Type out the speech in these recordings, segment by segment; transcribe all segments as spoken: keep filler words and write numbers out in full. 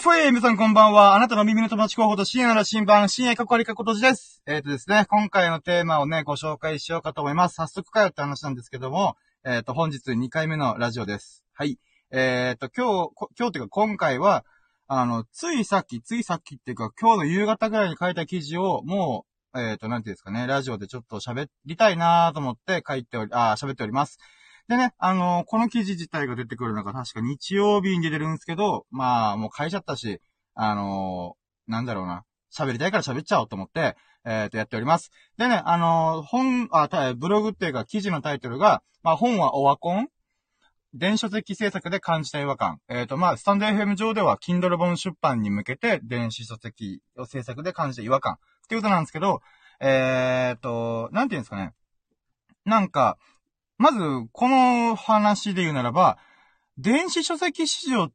ふえー、皆さんこんばんは。あなたの耳の友達候補と深夜の新版、深夜かっこありかことじです。えっ、ー、とですね、今回のテーマをね、ご紹介しようかと思います。早速かよって話なんですけども、えっ、ー、と、本日にかいめのラジオです。はい。えっ、ー、と、今日、今日っていうか今回は、あの、ついさっき、ついさっきっていうか、今日の夕方ぐらいに書いた記事を、もう、えっ、ー、と、なんていうんですかね、ラジオでちょっと喋りたいなーと思って書いており、あー、喋っております。でね、あのー、この記事自体が出てくるのが確か日曜日に出てるんですけど、まあ、もう書いちゃったし、あのー、なんだろうな。喋りたいから喋っちゃおうと思って、えっと、やっております。でね、あのー、本、あ、たブログっていうか記事のタイトルが、まあ、本はオワコン電子書籍制作で感じた違和感。えっと、まあ、スタンド エフエム 上では Kindle 本出版に向けて電子書籍を制作で感じた違和感。っていうことなんですけど、えっと、なんていうんですかね。なんか、まず、この話で言うならば、電子書籍市場って、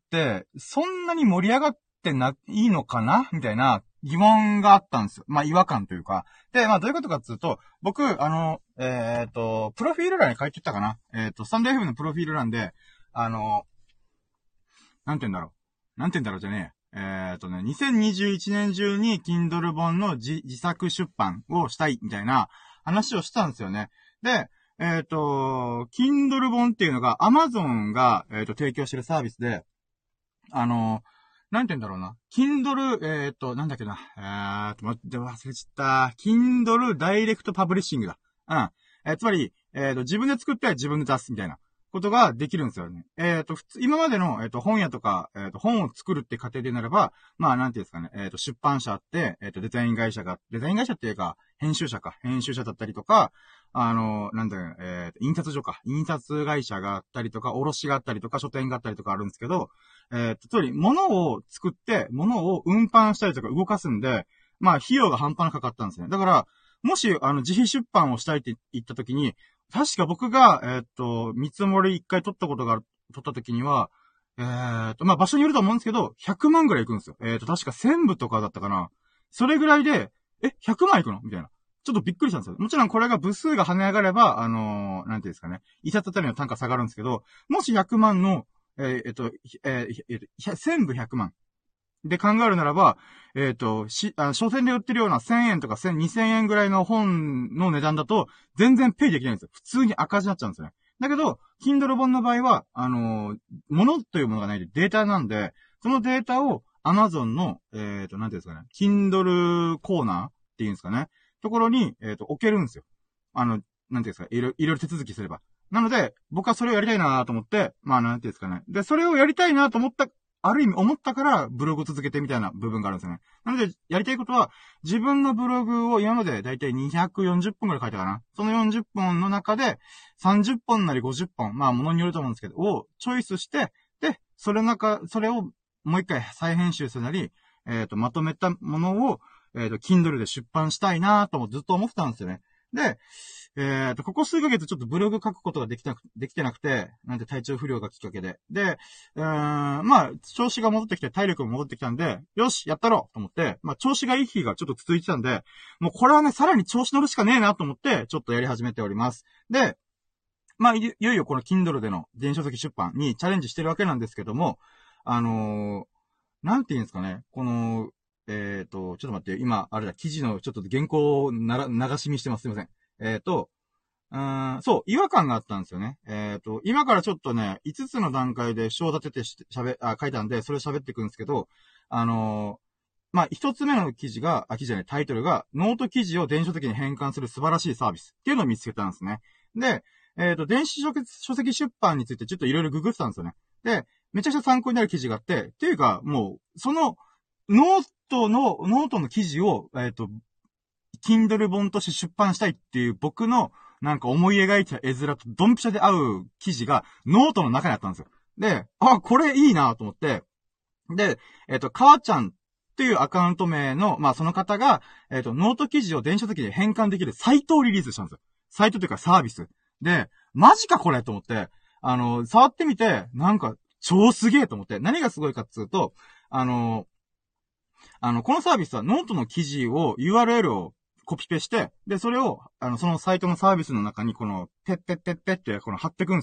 そんなに盛り上がってないのかなみたいな疑問があったんですよ。まあ、違和感というか。で、まあ、どういうことかっていうと、僕、あの、えっと、プロフィール欄に書いてったかなえっと、スタンド エフエム のプロフィール欄で、あの、なんて言うんだろう。なんて言うんだろうじゃねえ。えっとね、にせんにじゅういちねん中に Kindle 本の自自作出版をしたいみたいな話をしたんですよね。で、えっと、Kindle 本っていうのが Amazon が、えっと、提供してるサービスで、あの、なんて言うんだろうな。Kindle、えっと、なんだっけな。えーっと、待って、忘れちゃった。Kindle Direct Publishing だ。うん。えー、つまり、えっと、自分で作って自分で出すみたいなことができるんですよね。えっと、普通、今までの、えっと、本屋とか、えっと、本を作るって過程でならば、まあ、なんていうんですかね。えっと、出版社あって、えっと、デザイン会社が、デザイン会社っていうか、編集者か。編集者だったりとか、あの、なんだよ、えっと、印刷所か。印刷会社があったりとか、卸があったりとか、書店があったりとかあるんですけど、えっと、つまり、物を作って、物を運搬したりとか動かすんで、まあ、費用が半端なくかかったんですね。だから、もし、あの、自費出版をしたいって言った時に、確か僕が、えっと、見積もり一回取ったことがある、取った時には、えっと、まあ、場所によると思うんですけど、ひゃくまんぐらいいくんですよ。えっと、確かせんぶとかだったかな。それぐらいで、え、ひゃくまんいくのみたいな。ちょっとびっくりしたんですよ。もちろんこれが部数が跳ね上がれば、あのー、なんていうんですかね。一冊あたりの単価下がるんですけど、もしひゃくまんの、えー、えっと、えー、えー、せんぶひゃくまん。で考えるならば、えっと、し、あ、書店で売ってるようなせんえんとかせん、にせんえんぐらいの本の値段だと、全然ペイできないんですよ。普通に赤字になっちゃうんですよね。だけど、Kindle 本の場合は、あのー、物というものがないでデータなんで、そのデータを Amazon の、えっと、なんていうんですかね、Kindle コーナーっていうんですかね、ところに、えっと、置けるんですよ。あの、なんていうんですか、いろいろ、いろいろ手続きすれば。なので、僕はそれをやりたいなと思って、まあ、なんていうんですかね。で、それをやりたいなと思ったある意味思ったからブログを続けてみたいな部分があるんですよね。なので、やりたいことは、自分のブログを今までだいたいにひゃくよんじゅっぽんくらい書いたかな。そのよんじゅっぽんの中で、さんじゅっぽんなりごじゅっぽん、まあ、ものによると思うんですけど、をチョイスして、で、それ中、それをもう一回再編集するなり、えっと、まとめたものを、えっと、Kindle で出版したいなともずっと思ってたんですよね。で、えっと、ここ数ヶ月ちょっとブログ書くことができなく、できてなくて、なんで体調不良がきっかけで。で、うーん、まあ、調子が戻ってきて、体力も戻ってきたんで、よし、やったろうと思って、まあ、調子がいい日がちょっと続いてたんで、もうこれはね、さらに調子乗るしかねえなと思って、ちょっとやり始めております。で、まあ、いいよいよこの Kindle での電子書籍出版にチャレンジしてるわけなんですけども、あのー、なんて言うんですかね、この、えっと、ちょっと待って、今、あれだ、記事のちょっと原稿をなら流し見してます。すいません。えっと、うーん、そう、違和感があったんですよね。えっと、今からちょっとね、いつつの段階で章立ててし喋、あ、書いたんで、それ喋っていくんですけど、あのー、まあ、一つ目の記事が、あ、記事じゃない、タイトルが、ノート記事を電子書籍に変換する素晴らしいサービスっていうのを見つけたんですね。で、えっと、電子書書籍出版についてちょっといろいろググってたんですよね。で、めちゃくちゃ参考になる記事があって、っていうか、もう、その、ノートの、ノートの記事を、えっと、Kindle 本として出版したいっていう僕のなんか思い描いた絵面とドンピシャで合う記事がノートの中にあったんですよ。で、あ、これいいなと思って、で、えっと、かわちゃんっていうアカウント名の、まあその方が、えっと、ノート記事を電子書籍で変換できるサイトをリリースしたんですよ。サイトというかサービス。で、マジかこれと思って、あの、触ってみて、なんか超すげえと思って、何がすごいかっていうと、あの、あの、このサービスはノートの記事を ユーアールエル をコピペして、で、それを、あの、そのサイトのサービスの中に、この、ペッペッペッペッって、この貼ってくんですよ。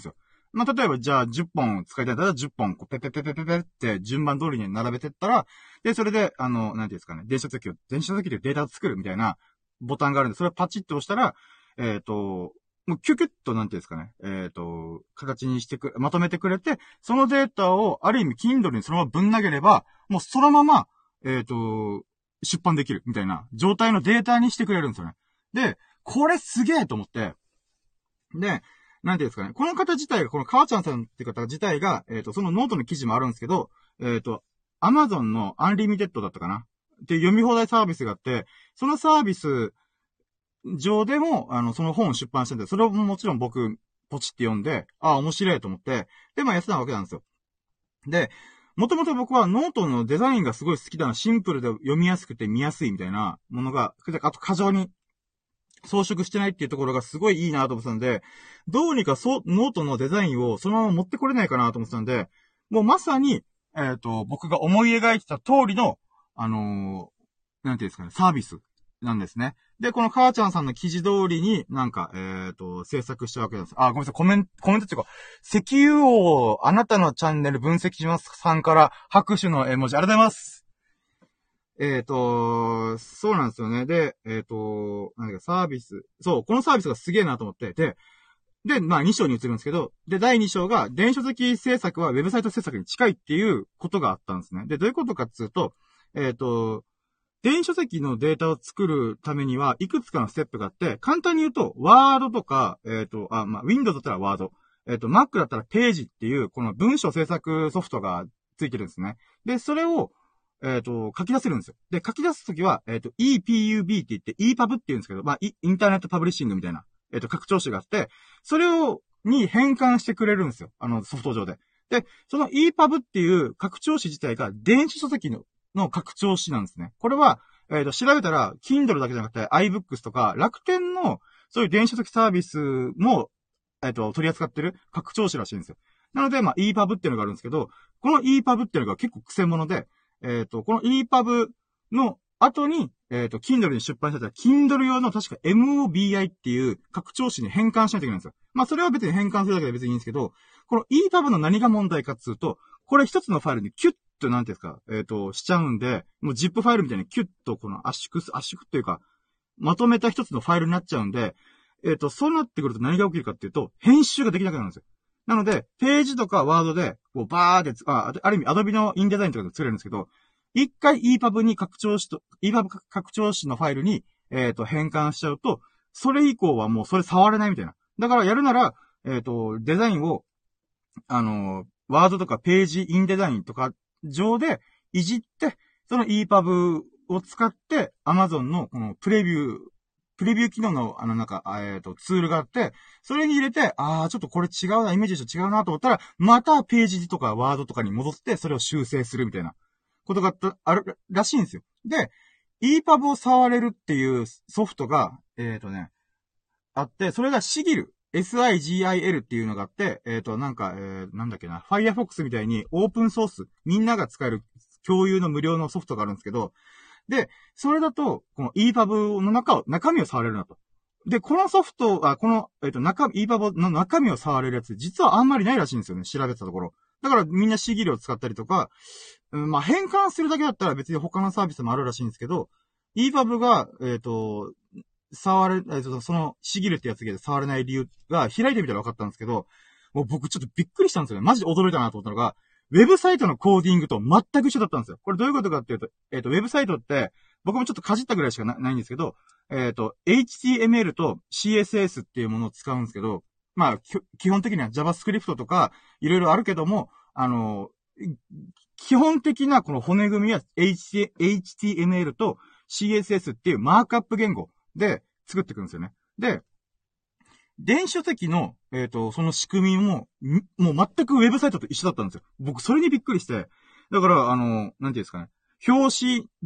まあ、例えばじゃあじゅっぽん使いたいんだったらじゅっぽん、こう、ペペペペペペって順番通りに並べてったら、で、それで、あの、なんていうんですかね、電子書籍を、電子書籍でデータを作るみたいなボタンがあるんで、それをパチッと押したら、えっと、もうキュキュッとなんていうんですかね、えっと、形にしてく、まとめてくれて、そのデータをある意味 Kindle にそのままぶん投げれば、もうそのまま、えっと、出版できるみたいな状態のデータにしてくれるんですよね。で、これすげえと思って、で、なんていうんですかね、この方自体が、この川ちゃんさんって方自体が、えっと、そのノートの記事もあるんですけど、えっと、Amazon のアンリミテッドだったかなって読み放題サービスがあって、そのサービス上でも、あの、その本を出版したんで、それをもちろん僕、ポチって読んで、ああ、面白いと思って、で、まあ、やってたわけなんですよ。で、もともと僕はノートのデザインがすごい好きだな、シンプルで読みやすくて見やすいみたいなものが、あと過剰に装飾してないっていうところがすごいいいなと思ってたんで、どうにかそう、ノートのデザインをそのまま持ってこれないかなと思ってたんで、もうまさに、えっと、僕が思い描いてた通りの、あのー、なんていうんですかね、サービスなんですね。で、この母ちゃんさんの記事通りになんか、えっと、制作したわけなんです。あ、ごめんなさい、コメント、コメントっていうか、石油王、あなたのチャンネル分析しますさんから拍手の絵文字、ありがとうございます。えっと、そうなんですよね。で、えっと、なんかサービス。そう、このサービスがすげえなと思って。で、で、まあに章に移るんですけど、で、だいに章が、電子書籍制作はウェブサイト制作に近いっていうことがあったんですね。で、どういうことかっていうと、えっと、電子書籍のデータを作るためには、いくつかのステップがあって、簡単に言うと、ワードとか、えっと、あ、まあ、Windows だったらワード、えっと、Mac だったらページっていう、この文章制作ソフトがついてるんですね。で、それを、えっと、書き出せるんですよ。で、書き出すときは、えっと、イーピーユービー って言って、イーパブ って言うんですけど、まあ、インターネットパブリッシングみたいな、えっと、拡張子があって、それを、に変換してくれるんですよ。あの、ソフト上で。で、その イーパブ っていう拡張子自体が電子書籍の、の拡張子なんですね。これは、えっと、調べたら、Kindle だけじゃなくて、iBooks とか、楽天の、そういう電子書籍サービスも、えっと、取り扱ってる拡張子らしいんですよ。なので、まあ、イーパブ っていうのがあるんですけど、この イーパブ っていうのが結構癖者で、えっと、この イーパブ の後に、えっと、Kindle に出版された Kindle 用の確か エムオービーアイ っていう拡張子に変換しないといけないんですよ。まあ、それは別に変換するだけで別にいいんですけど、この イーパブ の何が問題かっつうと、これ一つのファイルにキュッとなんていうんですか、えっと、しちゃうんで、もう ジップ ファイルみたいにキュッとこの圧縮す、圧縮っていうか、まとめた一つのファイルになっちゃうんで、えっと、そうなってくると何が起きるかっていうと、編集ができなくなるんですよ。なので、ページとかワードで、こう、バーって、あ、ある意味、アドビのインデザインとかで作れるんですけど、一回 イーパブ に拡張子と、イーパブ 拡張子のファイルに、えっと、変換しちゃうと、それ以降はもうそれ触れないみたいな。だからやるなら、えっと、デザインを、あの、ワードとかページインデザインとか上でいじって、その イーパブ を使って、Amazon のこのプレビュー、プレビュー機能の、あの、なんか、えっと、ツールがあって、それに入れて、あー、ちょっとこれ違うな、イメージと違うなと思ったら、またページとかワードとかに戻って、それを修正するみたいなことがあるらしいんですよ。で、イーパブ を触れるっていうソフトが、えっとね、あって、それがシギル。エスアイジーアイエル っていうのがあって、えっと、なんか、えー、なんだっけな、Firefox みたいにオープンソース、みんなが使える共有の無料のソフトがあるんですけど、で、それだと、この イーパブ の中を、中身を触れるなと。で、このソフト、あ、この、えっと、中、イーパブ の中身を触れるやつ、実はあんまりないらしいんですよね、調べたところ。だからみんな シギル を使ったりとか、うん、まあ、変換するだけだったら別に他のサービスもあるらしいんですけど、イーパブ が、えっと、触れ、えっと、その、シギルってやつで触れない理由が開いてみたら分かったんですけど、もう僕ちょっとびっくりしたんですよね。マジで驚いたなと思ったのが、ウェブサイトのコーディングと全く一緒だったんですよ。これどういうことかっていうと、えっと、ウェブサイトって、僕もちょっとかじったぐらいしか な, ないんですけど、えっと、エイチティーエムエル と シーエスエス っていうものを使うんですけど、まあ、基本的には JavaScript とか、いろいろあるけども、あの、基本的なこの骨組みは エイチティーエムエル と シーエスエス っていうマークアップ言語で作っていくんですよね。で、電子書籍の、えっと、その仕組みも、もう全くウェブサイトと一緒だったんですよ。僕、それにびっくりして。だから、あの、なんていうんですかね。表紙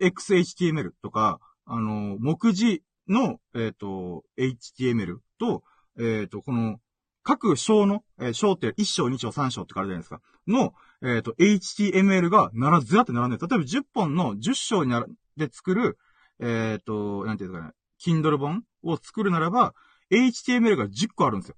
.xhtml とか、あの、目次の、えっと、エイチティーエムエル と、えっと、この、各章の、えー、章っていち章、に章、さん章って書いてあるじゃないですか。の、えっと、エイチティーエムエル がなら、ずらって並んでる。例えばじゅっぽんのじゅっ章になら、で作る、えっと、なんていうんですかね。Kindle 本を作るならば、エイチティーエムエル がじゅっこあるんですよ。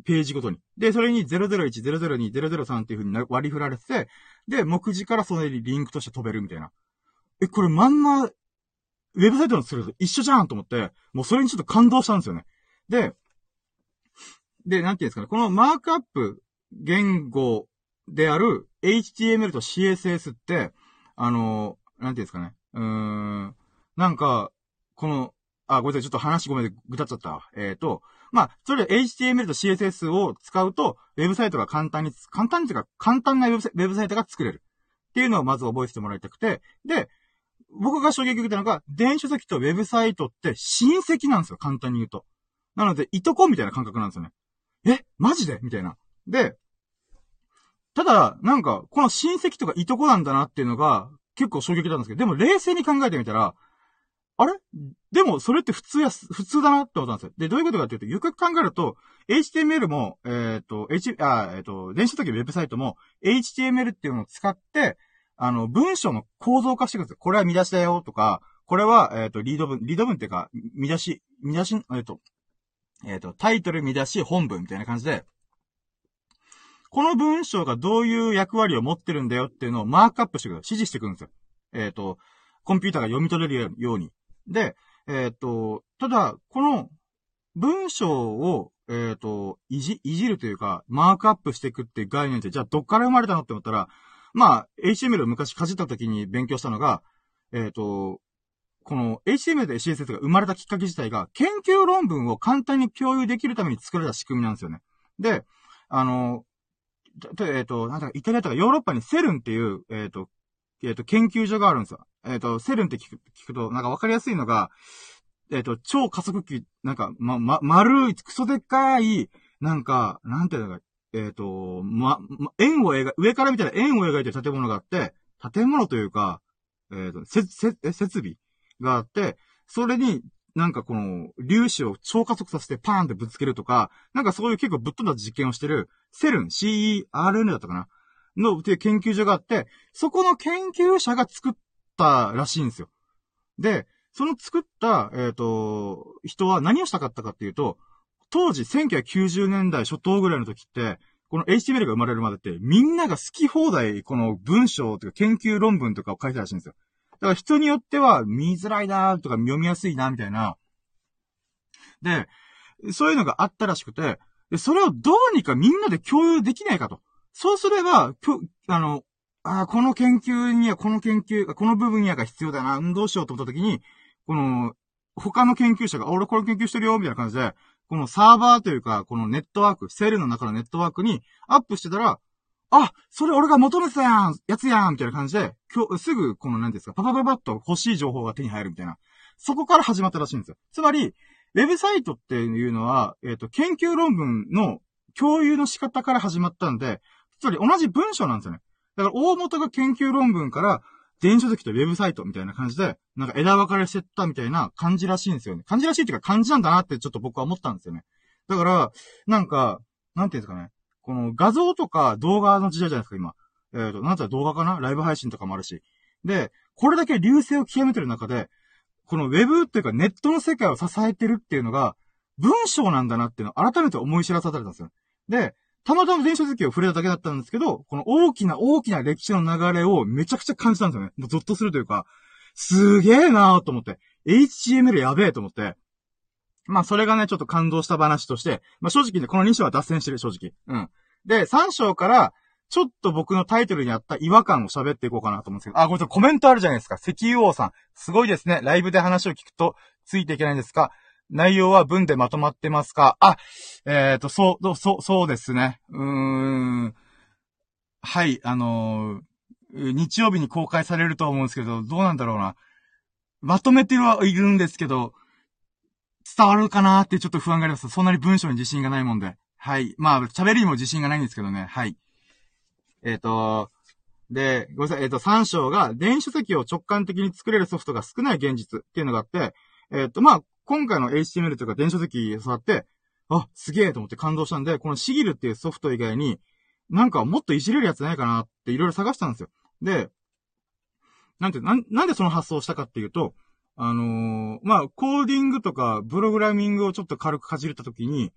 ページごとに。で、それにゼロゼロいち、ゼロゼロに、ゼロゼロさんっていう風に割り振られてて、で、目次からそれにリンクとして飛べるみたいな。え、これまんま、ウェブサイトの作ると一緒じゃんと思って、もうそれにちょっと感動したんですよね。で、で、なんていうんですかね、このマークアップ言語である エイチティーエムエル と シーエスエス って、あの、なんていうんですかね、うーん、なんか、この、あ、ごめんなさい、ちょっと話ごめんなさい、ぐたっちゃった。えっ、ー、と、まあ、それで エイチティーエムエル と シーエスエス を使うと、ウェブサイトが簡単に、簡単にというか、簡単なウェブサイト、ウェブサイトが作れる。っていうのをまず覚えてもらいたくて、で、僕が衝撃を受けたのが、電子書籍とウェブサイトって親戚なんですよ、簡単に言うと。なので、いとこみたいな感覚なんですよね。え、マジでみたいな。で、ただ、なんか、この親戚とかいとこなんだなっていうのが、結構衝撃なんですけど、でも冷静に考えてみたら、あれでも、それって普通や、普通だなってことなんですよ。で、どういうことかっていうと、よく考えると、エイチティーエムエル も、えっ、ー、と、H、あ、えっ、ー、と、電子書籍ウェブサイトも、エイチティーエムエル っていうのを使って、あの、文章の構造化していくんですよ。これは見出しだよとか、これは、えっ、ー、と、リード文、リード文っていうか、見出し、見出し、えっ、と、えっ、と、タイトル、見出し、本文みたいな感じで、この文章がどういう役割を持ってるんだよっていうのをマークアップしてくる、指示してくるんですよ。えっ、と、コンピューターが読み取れるように。で、えっ、と、ただ、この文章を、えっ、と、いじ、いじるというか、マークアップしていくっていう概念って、じゃあどっから生まれたのって思ったら、まあ、エイチティーエムエル を昔かじった時に勉強したのが、えっ、と、この エイチティーエムエル で シーエスエス が生まれたきっかけ自体が、研究論文を簡単に共有できるために作られた仕組みなんですよね。で、あの、えっ、と、なんだか、イタリアとかヨーロッパにセルンっていう、えっ、と、えっ、と、研究所があるんですよ。えっ、と、セルンって聞く、聞くと、なんかわかりやすいのが、えっ、と、超加速器、なんか、ま、ま、丸い、クソでっかい、なんか、なんていうのか、えっ、と、ま、ま、円を描い、上から見たら円を描いてる建物があって、建物というか、えっ、と、せ、せ、設備があって、それに、なんかこの、粒子を超加速させてパーンってぶつけるとか、なんかそういう結構ぶっ飛んだ実験をしてる、セルン、シーイーアールエヌ だったかなの、っていう研究所があって、そこの研究者が作ったらしいんですよ。で、その作った、えっ、と、人は何をしたかったかっていうと、当時せんきゅうひゃくきゅうじゅうねんだい初頭ぐらいの時って、この エイチティーエムエル が生まれるまでって、みんなが好き放題、この文章とか研究論文とかを書いてたらしいんですよ。だから人によっては見づらいなとか読みやすいなみたいな。で、そういうのがあったらしくて、で、それをどうにかみんなで共有できないかと。そうすれば、きょ、あの、あこの研究にはこの研究、この部分やが必要だな、どうしようと思った時に、この、他の研究者が、俺これ研究してるよ、みたいな感じで、このサーバーというか、このネットワーク、セルの中のネットワークにアップしてたら、あ、それ俺が求めてたやん、やつやん、みたいな感じで、今日、すぐ、この、何ですか、パパパパッと欲しい情報が手に入るみたいな。そこから始まったらしいんですよ。つまり、ウェブサイトっていうのは、えっと、研究論文の共有の仕方から始まったんで、つまり同じ文章なんですよね。だから大元が研究論文から、電子書籍とウェブサイトみたいな感じで、なんか枝分かれしてったみたいな感じらしいんですよね。感じらしいっていうか感じなんだなってちょっと僕は思ったんですよね。だから、なんか、なんていうんですかね。この画像とか動画の時代じゃないですか、今。えっ、ー、と、なんつうか動画かなライブ配信とかもあるし。で、これだけ流星を極めてる中で、このウェブっていうかネットの世界を支えてるっていうのが、文章なんだなっていうのを改めて思い知らされたんですよ。で、たまたま電子書籍を触れただけだったんですけど、この大きな大きな歴史の流れをめちゃくちゃ感じたんですよね。もうゾッとするというか、すげえなーと思って、エイチティーエムエル やべえと思って、まあそれがね、ちょっと感動した話として、まあ正直ね、このに章は脱線してる、正直。うん。で、さん章から、ちょっと僕のタイトルにあった違和感を喋っていこうかなと思うんですけど、あ、ごめんなさい、コメントあるじゃないですか。石油王さん。すごいですね。ライブで話を聞くと、ついていけないんですか？内容は文でまとまってますか？あ、えっと、そう、そう、そうですね。うーん。はい、あのー、日曜日に公開されると思うんですけど、どうなんだろうな。まとめてはいるんですけど、伝わるかなーってちょっと不安があります。そんなに文章に自信がないもんで。はい。まあ、喋りにも自信がないんですけどね。はい。えっと、で、ごめんなさい。えっと、さん章が、電子書籍を直感的に作れるソフトが少ない現実っていうのがあって、えっと、まあ、今回の エイチティーエムエル というか電子書籍を触って、あ、すげえと思って感動したんで、このシギルっていうソフト以外に、なんかもっといじれるやつないかなっていろいろ探したんですよ。で、なんて、なん、なんでその発想をしたかっていうと、あのー、まあ、コーディングとか、プログラミングをちょっと軽くかじれたときに、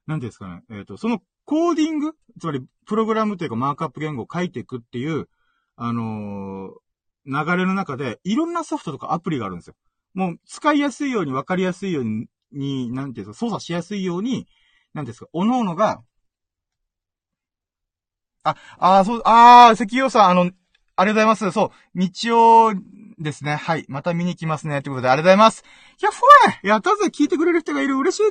なんていうんですかね、えっと、そのコーディング、つまり、プログラムというかマークアップ言語を書いていくっていう、あのー、流れの中で、いろんなソフトとかアプリがあるんですよ。もう、使いやすいように、わかりやすいように、に、なんていうんですか、操作しやすいように、なんていうんですか、各々が、あ、あー、そう、あー、関陽さん、あの、ありがとうございます。そう、日曜ですね。はい。また見に来ますね。ということで、ありがとうございます。やっほーやったぜ聞いてくれる人がいる嬉しいね。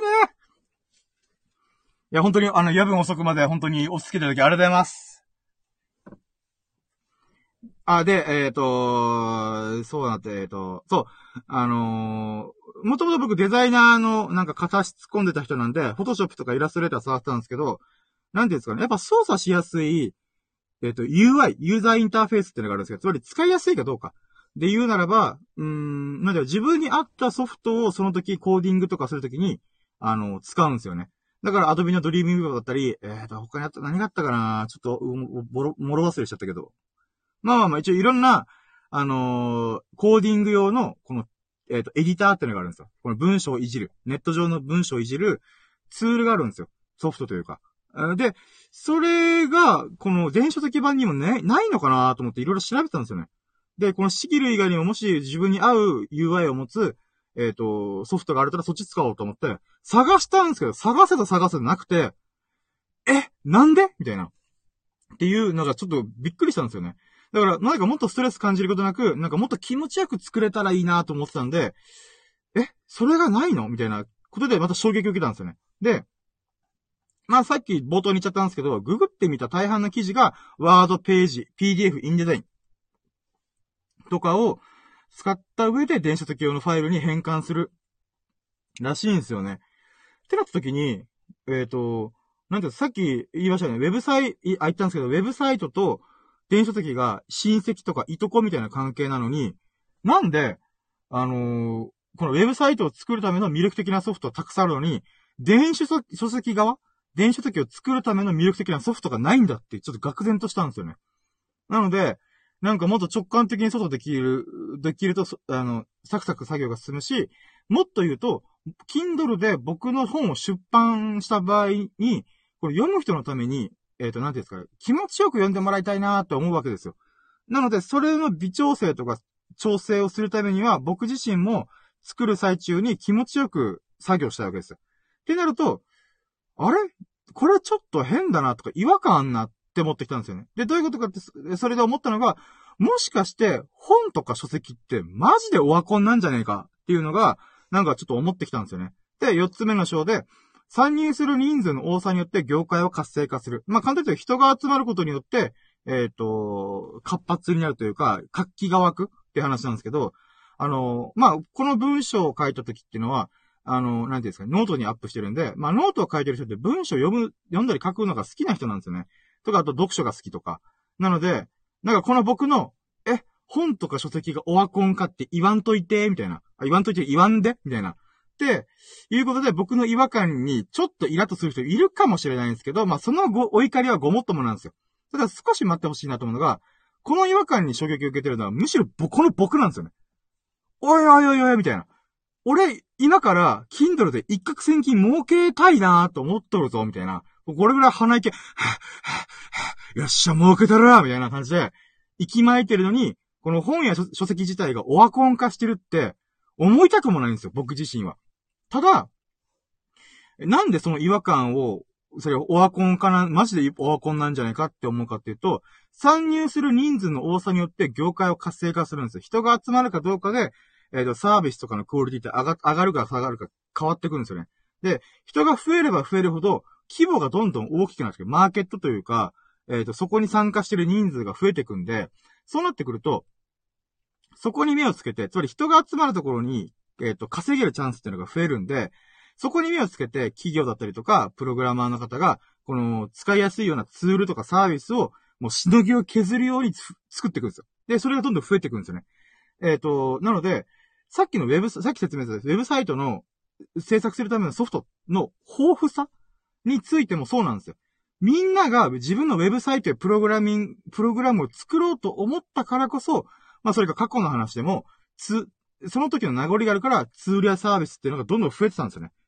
いや、本当に、あの、夜分遅くまで本当にお付き合いいただきありがとうございます。あ、で、えっ、ー、と、そうなって、えっ、ー、と、そう、あのー、もともと僕デザイナーのなんか片足突っ込んでた人なんで、フォトショップとかイラストレーター触ってたんですけど、なんていうんですかね、やっぱ操作しやすい、えっ、ー、と、ユーアイ、ユーザーインターフェースっていうのがあるんですけど、つまり使いやすいかどうか。で言うならば、うーん、なんだろ、自分に合ったソフトをその時コーディングとかするときに、あの、使うんですよね。だから、アドビのドリーミングだったり、えっ、ー、と、他にあった、何があったかなちょっと、ボロ、もろ忘れしちゃったけど。まあまあまあ、一応いろんな、あのー、コーディング用の、この、えっ、ー、と、エディターっていうのがあるんですよ。この文章をいじる。ネット上の文章をいじるツールがあるんですよ。ソフトというか。で、それが、この電書的版にもね、ないのかなと思っていろいろ調べてたんですよね。で、このシギル以外にももし自分に合う ユーアイ を持つ、えっ、ー、と、ソフトがあるからそっち使おうと思って、探したんですけど、探せと探せとなくて、え、なんでみたいな。っていうのがちょっとびっくりしたんですよね。だから、なんかもっとストレス感じることなく、なんかもっと気持ちよく作れたらいいなと思ってたんで、え、それがないのみたいなことでまた衝撃を受けたんですよね。で、まあさっき冒頭に言っちゃったんですけど、ググってみた大半の記事が、ワードページ、ピーディーエフ、インデザインとかを使った上で電子書籍用のファイルに変換するらしいんですよね。ってなった時に、えっ、ー、と、なんてさっき言いましたね。ウェブサイト、あ、言ったんですけど、ウェブサイトと電子書籍が親戚とかいとこみたいな関係なのに、なんで、あのー、このウェブサイトを作るための魅力的なソフトがたくさんあるのに、電子書籍側電子書籍を作るための魅力的なソフトがないんだって、ちょっと愕然としたんですよね。なので、なんかもっと直感的に操作できる、できると、あの、サクサク作業が進むし、もっと言うと、Kindle で僕の本を出版した場合に、これ読む人のために、えっ、ー、と、なんていうんですか、気持ちよく読んでもらいたいなと思うわけですよ。なので、それの微調整とか調整をするためには、僕自身も作る最中に気持ちよく作業したいわけですよ。ってなると、あれこれちょっと変だなとか違和感あんなって思ってきたんですよね。で、どういうことかって、それで思ったのが、もしかして本とか書籍ってマジでオワコンなんじゃねえかっていうのが、なんかちょっと思ってきたんですよね。で、四つ目の章で、参入する人数の多さによって業界を活性化する。まあ、簡単に言うと人が集まることによって、えっ、ー、と、活発になるというか、活気が湧くって話なんですけど、あの、まあ、この文章を書いた時っていうのは、あの、なんていうんですか、ノートにアップしてるんで、まあ、ノートを書いてる人って文章を読む、読んだり書くのが好きな人なんですよね。とか、あと読書が好きとか。なので、なんかこの僕の、え、本とか書籍がオワコンかって言わんといて、みたいな。あ言わんといて、言わんでみたいな。っていうことで僕の違和感にちょっとイラッとする人いるかもしれないんですけど、まあそのごお怒りはごもっともなんですよ。ただ少し待ってほしいなと思うのが、この違和感に衝撃を受けてるのはむしろこの僕なんですよね。おいおいおいおいみたいな。俺、今から、Kindle で一攫千金儲けたいなーと思っとるぞ、みたいな。これぐらい鼻息、はぁ、はぁ、よっしゃ、儲けたらみたいな感じで、息巻いてるのに、この本や書籍自体がオワコン化してるって、思いたくもないんですよ、僕自身は。ただ、なんでその違和感を、それオワコンかな、マジでオワコンなんじゃないかって思うかっていうと、参入する人数の多さによって業界を活性化するんですよ。人が集まるかどうかで、えっと、サービスとかのクオリティって上が、上がるか下がるか変わってくるんですよね。で、人が増えれば増えるほど、規模がどんどん大きくなってくる。マーケットというか、えっと、そこに参加してる人数が増えてくんで、そうなってくると、そこに目をつけて、つまり人が集まるところに、えっと、稼げるチャンスっていうのが増えるんで、そこに目をつけて、企業だったりとか、プログラマーの方が、この、使いやすいようなツールとかサービスを、もうしのぎを削るように作っていくんですよ。で、それがどんどん増えていくんですよね。えっと、なので、さっきのウェブ、さっき説明したウェブサイトの制作するためのソフトの豊富さについてもそうなんですよ。みんなが自分のウェブサイトやプログラミング、プログラムを作ろうと思ったからこそ、まあそれが過去の話でも、つ、その時の名残があるからツールやサービスっていうのがどんどん増えてたんですよね。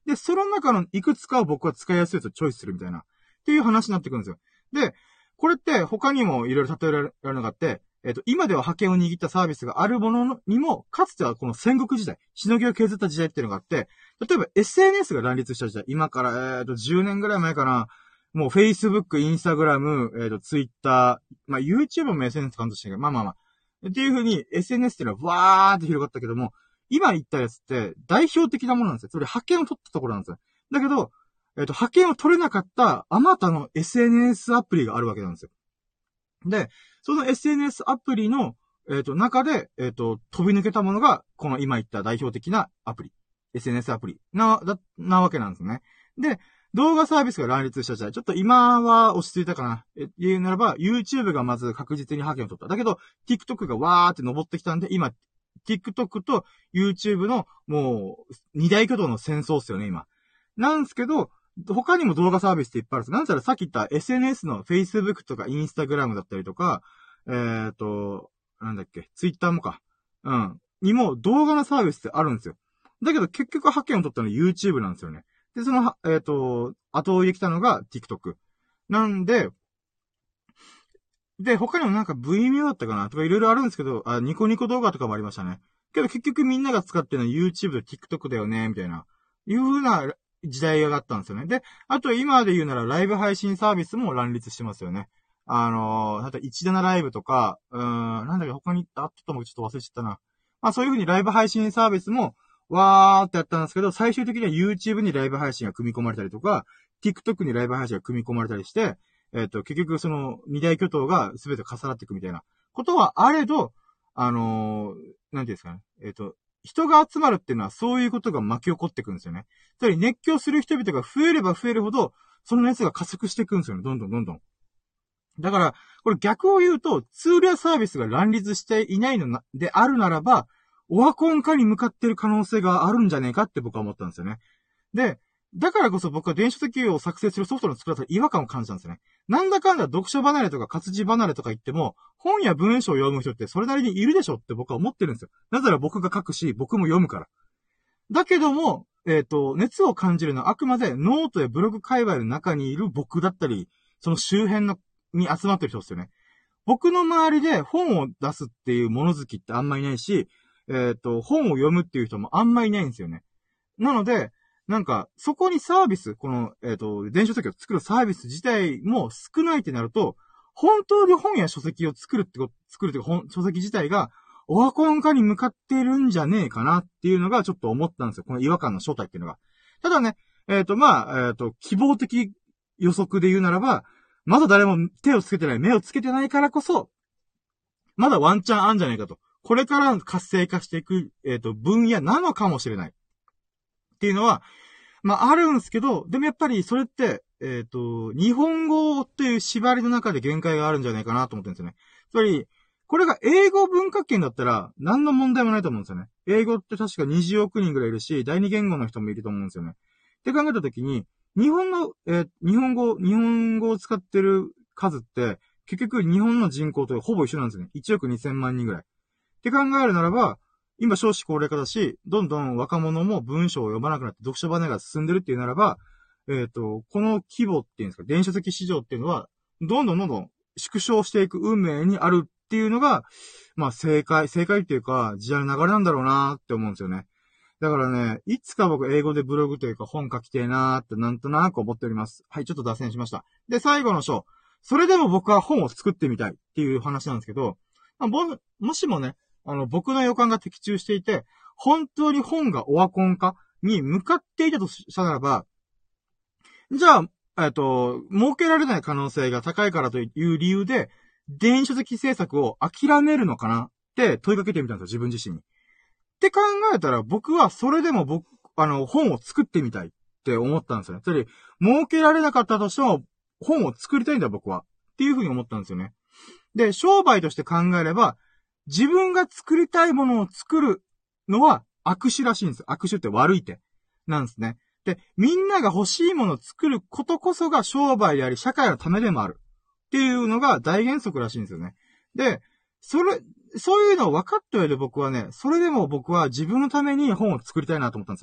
で、その中のいくつかを僕は使いやすいやつをチョイスするみたいな、っていう話になってくるんですよ。で、これって他にもいろいろ例えられるのがあって、えっと、今では覇権を握ったサービスがあるものにも、かつてはこの戦国時代、しのぎを削った時代っていうのがあって、例えば エスエヌエス が乱立した時代、今から、えっと、じゅうねんぐらい前かな、もう Facebook、Instagram、えっと、Twitter、まあ、YouTube も エスエヌエス 感としてるけど、まあまあまあ。っていう風に エスエヌエス っていうのはわーって広がったけども、今言ったやつって代表的なものなんですよ。それ覇権を取ったところなんですよ。だけど、えっと、覇権を取れなかったあまたの エスエヌエス アプリがあるわけなんですよ。で、その エスエヌエス アプリの、えっと、中で、えっと、飛び抜けたものが、この今言った代表的なアプリ。エスエヌエス アプリな、だ、なわけなんですね。で、動画サービスが乱立した時代、ちょっと今は落ち着いたかな。え、言うならば、YouTube がまず確実に覇権を取った。だけど、TikTok がわーって登ってきたんで、今、TikTok と YouTube の、もう、二大巨頭の戦争っすよね、今。なんですけど、他にも動画サービスっていっぱいあるんです。なんつったらさっき言った エスエヌエス の Facebook とか Instagram だったりとか、えーと、なんだっけ、Twitter もか。うん。にも動画のサービスってあるんですよ。だけど結局覇権を取ったのは YouTube なんですよね。で、その、えっと、後追いできたのが TikTok。なんで、で、他にもなんか Vimeo だったかなとかいろいろあるんですけど、あ、ニコニコ動画とかもありましたね。けど結局みんなが使ってるのは YouTube と TikTok だよね、みたいな、いう風な時代があったんですよね。で、あと今で言うならライブ配信サービスも乱立してますよね。あのー、なんかじゅうななライブとか、うーん、なんだっけ他にあったともちょっと忘れちゃったな。まあそういう風にライブ配信サービスも、わーってやったんですけど、最終的には YouTube にライブ配信が組み込まれたりとか、TikTok にライブ配信が組み込まれたりして、えっと、結局その二大巨頭が全て重なっていくみたいなことはあれど、あのー、なんていうんですかね。えっと、人が集まるっていうのはそういうことが巻き起こっていくんですよね。つまり熱狂する人々が増えれば増えるほど、その熱が加速していくんですよね。どんどんどんどん。だから、これ逆を言うと、ツールやサービスが乱立していないのな、であるならば、オワコン化に向かっている可能性があるんじゃねえかって僕は思ったんですよね。で、だからこそ僕は電子書籍を作成するソフトの作らせた違和感を感じたんですよね。なんだかんだ読書離れとか活字離れとか言っても、本や文章を読む人ってそれなりにいるでしょって僕は思ってるんですよ。なぜなら僕が書くし、僕も読むから。だけども、えっと、熱を感じるのはあくまでノートやブログ界隈の中にいる僕だったり、その周辺の、に集まってる人ですよね。僕の周りで本を出すっていう物好きってあんまいないし、えっと、本を読むっていう人もあんまいないんですよね。なので、なんか、そこにサービス、この、えっと、電子書籍を作るサービス自体も少ないってなると、本当に本や書籍を作るってこと、作るっていうか、本、書籍自体が、オワコン化に向かっているんじゃねえかなっていうのがちょっと思ったんですよ。この違和感の正体っていうのが。ただね、えっと、まあ、えっと、希望的予測で言うならば、まだ誰も手をつけてない、目をつけてないからこそ、まだワンチャンあんじゃないかと。これから活性化していく、えっと、分野なのかもしれない。っていうのは、まあ、あるんですけど、でもやっぱりそれって、えっと、日本語っていう縛りの中で限界があるんじゃないかなと思ってるんですよね。つまり、これが英語文化圏だったら、何の問題もないと思うんですよね。英語って確かにじゅうおくにんぐらいいるし、第二言語の人もいると思うんですよね。って考えたときに、日本の、えー、日本語、日本語を使ってる数って、結局日本の人口とほぼ一緒なんですよね。いちおくにせんまんにんぐらい。って考えるならば、今少子高齢化だし、どんどん若者も文章を読まなくなって読書離れが進んでるっていうならば、えっと、この規模っていうんですか、電子書籍市場っていうのは、どんどんどんどん縮小していく運命にあるっていうのが、まあ正解、正解っていうか、時代の流れなんだろうなーって思うんですよね。だからね、いつか僕英語でブログというか本書きてえなーってなんとなく思っております。はい、ちょっと脱線しました。で、最後の章。それでも僕は本を作ってみたいっていう話なんですけど、まあ、も、もしもね、あの、僕の予感が的中していて、本当に本がオワコン化に向かっていたとしたならば、じゃあ、えっと、設けられない可能性が高いからという理由で、電子書籍制作を諦めるのかなって問いかけてみたんですよ、自分自身に。って考えたら、僕はそれでも僕、あの、本を作ってみたいって思ったんですよね。つまり、設けられなかったとしても、本を作りたいんだ、僕は。っていうふうに思ったんですよね。で、商売として考えれば、自分が作りたいものを作るのは悪手らしいんですよ。悪手って悪い手なんですね。で、みんなが欲しいものを作ることこそが商売であり、社会のためでもある。っていうのが大原則らしいんですよね。で、それ、そういうのを分かった上で僕はね、それでも僕は自分のために本を作りたいなと思ったんですよね。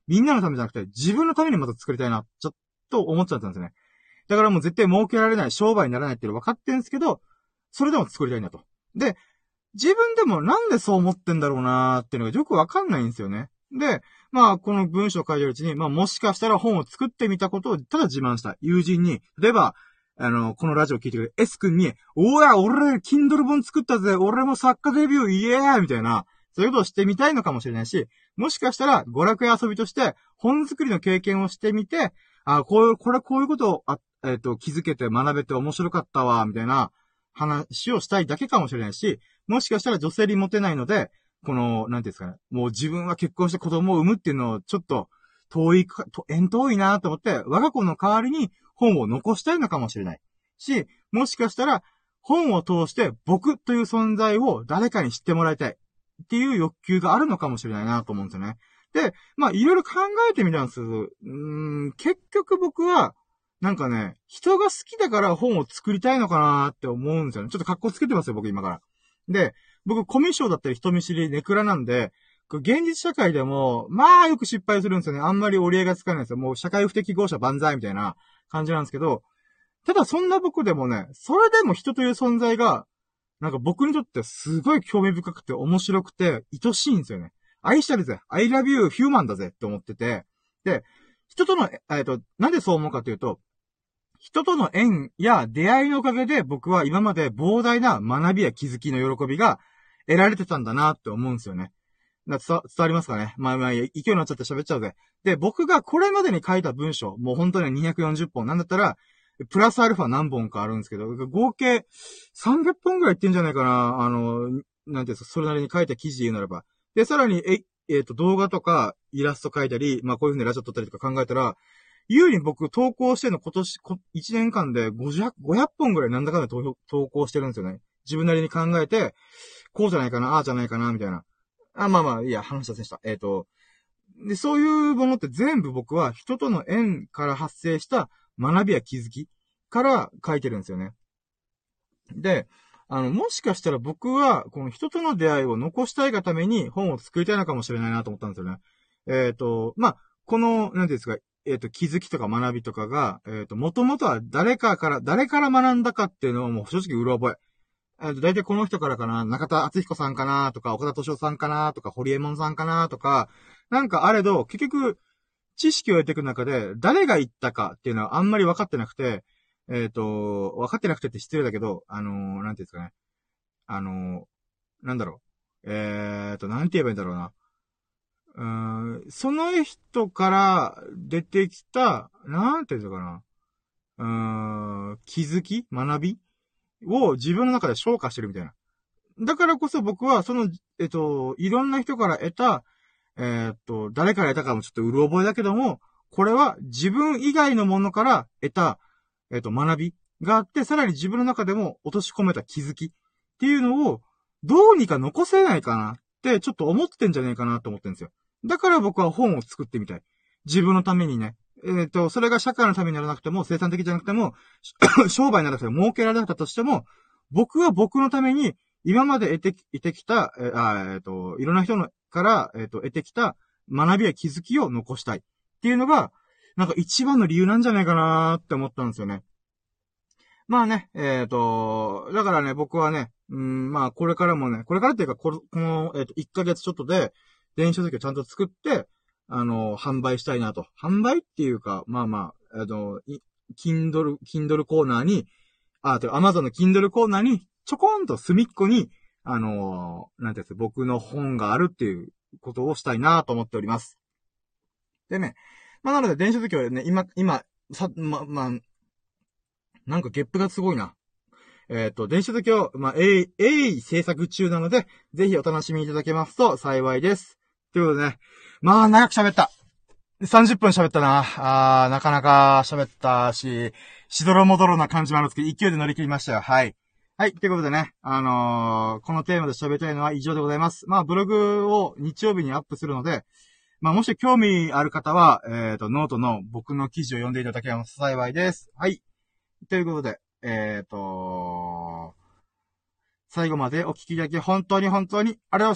みんなのためじゃなくて、自分のためにまた作りたいな、ちょっと思っちゃったんですよね。だからもう絶対儲けられない、商売にならないっていうの分かってるんですけど、それでも作りたいんだと。で、自分でもなんでそう思ってんだろうなーっていうのがよく分かんないんですよね。で、まあ、この文章を書いてるうちに、まあ、もしかしたら本を作ってみたことをただ自慢した友人に、例えば、あの、このラジオを聞いてくれる S 君に、おや、俺、Kindle 本作ったぜ、俺も作家デビュー、イエーイみたいな、そういうことをしてみたいのかもしれないし、もしかしたら、娯楽や遊びとして、本作りの経験をしてみて、あ、こういう、これこういうことを、あえっと、気づけて学べて面白かったわ、みたいな話をしたいだけかもしれないし、もしかしたら女性にモテないので、この、なんていうんですかね、もう自分は結婚して子供を産むっていうのをちょっと遠いか、と遠遠いなと思って、我が子の代わりに本を残したいのかもしれない。し、もしかしたら本を通して僕という存在を誰かに知ってもらいたいっていう欲求があるのかもしれないなと思うんですよね。で、まあいろいろ考えてみたんですけど、うーん、結局僕は、なんかね、人が好きだから本を作りたいのかなって思うんですよね。ちょっと格好つけてますよ、僕今から。で、僕、コミュ障だったり人見知りネクラなんで、現実社会でも、まあよく失敗するんですよね。あんまり折り合いがつかないんですよ。もう社会不適合者万歳みたいな感じなんですけど、ただそんな僕でもね、それでも人という存在が、なんか僕にとってすごい興味深くて面白くて愛しいんですよね。愛してるぜ。I love you human だぜって思ってて。で、人との、えっと、なんでそう思うかというと、人との縁や出会いのおかげで僕は今まで膨大な学びや気づきの喜びが得られてたんだなって思うんですよね。伝わ、伝わりますかね。まあまあ、勢いになっちゃって喋っちゃうぜ。で、僕がこれまでに書いた文章、もう本当ににひゃくよんじゅっぽんなんだったら、プラスアルファ何本かあるんですけど、合計さんびゃっぽんぐらいいってんじゃないかな。あの、なんていうんですか、それなりに書いた記事言うならば。で、さらに、え、えっと、動画とかイラスト書いたり、まあこういう風にラジオ撮ったりとか考えたら、有に僕投稿してるの今年、いちねんかんでごひゃく、ごひゃっぽんぐらいなんだかんだ投投稿してるんですよね。自分なりに考えて、こうじゃないかな、ああじゃないかな、みたいな。あ、まあまあ、いや、話したせんした。えっと、で、そういうものって全部僕は人との縁から発生した学びや気づきから書いてるんですよね。で、あの、もしかしたら僕は、この人との出会いを残したいがために本を作りたいのかもしれないなと思ったんですよね。えっと、まあ、この、なんていうんですか、えっと、気づきとか学びとかが、えっと、もともとは誰かから、誰から学んだかっていうのはもう正直うろ覚え。えっと、大体この人からかな、中田敦彦さんかなとか、岡田敏夫さんかなとか、堀江門さんかなとか、なんかあれど、結局、知識を得ていく中で、誰が言ったかっていうのはあんまり分かってなくて、えっと、分かってなくてって失礼だけど、あのー、なんていうんですかね。あのー、なんだろう。えっと、なんて言えばいいんだろうな。うーん、その人から出てきた、なんて言うのかな。うーん、気づき学びを自分の中で消化してるみたいな。だからこそ僕は、その、えっと、いろんな人から得た、えー、っと、誰から得たかもちょっとうる覚えだけども、これは自分以外のものから得た、えっと、学びがあって、さらに自分の中でも落とし込めた気づきっていうのを、どうにか残せないかなってちょっと思ってんじゃねえかなと思ってるんですよ。だから僕は本を作ってみたい。自分のためにね。えっと、それが社会のためにならなくても、生産的じゃなくても、商売にならなくても、儲けられなかったとしても、僕は僕のために、今まで得て、得てきた、えー、えっと、いろんな人のから、えっと、得てきた学びや気づきを残したいっていうのが、なんか一番の理由なんじゃないかなーって思ったんですよね。まあね、えっと、だからね、僕はね、うん、まあこれからもね、これからっていうか、この、えっと、いっかげつちょっとで、電子書籍をちゃんと作って、あの、販売したいなと。販売っていうか、まあまあ、あの、Kindle、Kindle コーナーに、あ、てか Amazon の Kindle コーナーに、ちょこんと隅っこに、あのー、なんてやつ、僕の本があるっていうことをしたいなと思っております。でね、まあなので電子書籍はね、今、今、さ、ま、まあ、なんかゲップがすごいな。えっと、電子書籍を、まあ、鋭意、鋭意制作中なので、ぜひお楽しみいただけますと幸いです。ということでね、まあ長く喋った。さんじゅっぷん喋ったな。あー、なかなか喋ったし、しどろもどろな感じもあるんですけど、勢いで乗り切りましたよ。はい。はい。ということでね、あのー、このテーマで喋りたいのは以上でございます。まあ、ブログを日曜日にアップするので、まあ、もし興味ある方は、えっと、ノートの僕の記事を読んでいただけますと幸いです。はい。ということで、えっと、最後までお聞きいただき本当に本当にありがとうございました。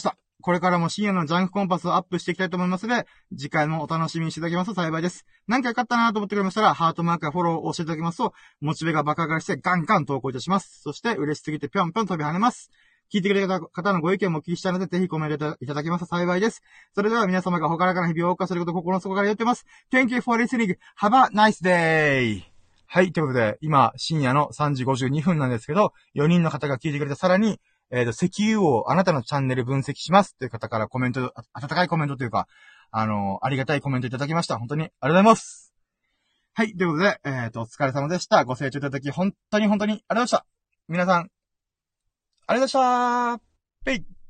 これからも深夜のジャンクコンパスをアップしていきたいと思いますので、次回もお楽しみにしていただけますと幸いです。何か良かったなと思ってくれましたら、ハートマークやフォローを押していただけますと、モチベが爆上がりしてガンガン投稿いたします。そして嬉しすぎてぴょんぴょん飛び跳ねます。聞いてくれた方のご意見もお聞きしたいので、ぜひコメントいただけますと幸いです。それでは皆様がほからかな日々を謳歌することを心の底から言ってます。Thank you for listening. Have a nice day! はい、ということで、今、深夜のさんじごじゅうにふんなんですけど、よにんの方が聞いてくれたさらに、えっと、石油王、あなたのチャンネル分析しますという方からコメント、温かいコメントというか、あの、ありがたいコメントいただきました。本当にありがとうございます。はい、ということで、えっと、お疲れ様でした。ご清聴いただき、本当に本当にありがとうございました。皆さん、ありがとうございました。ペイ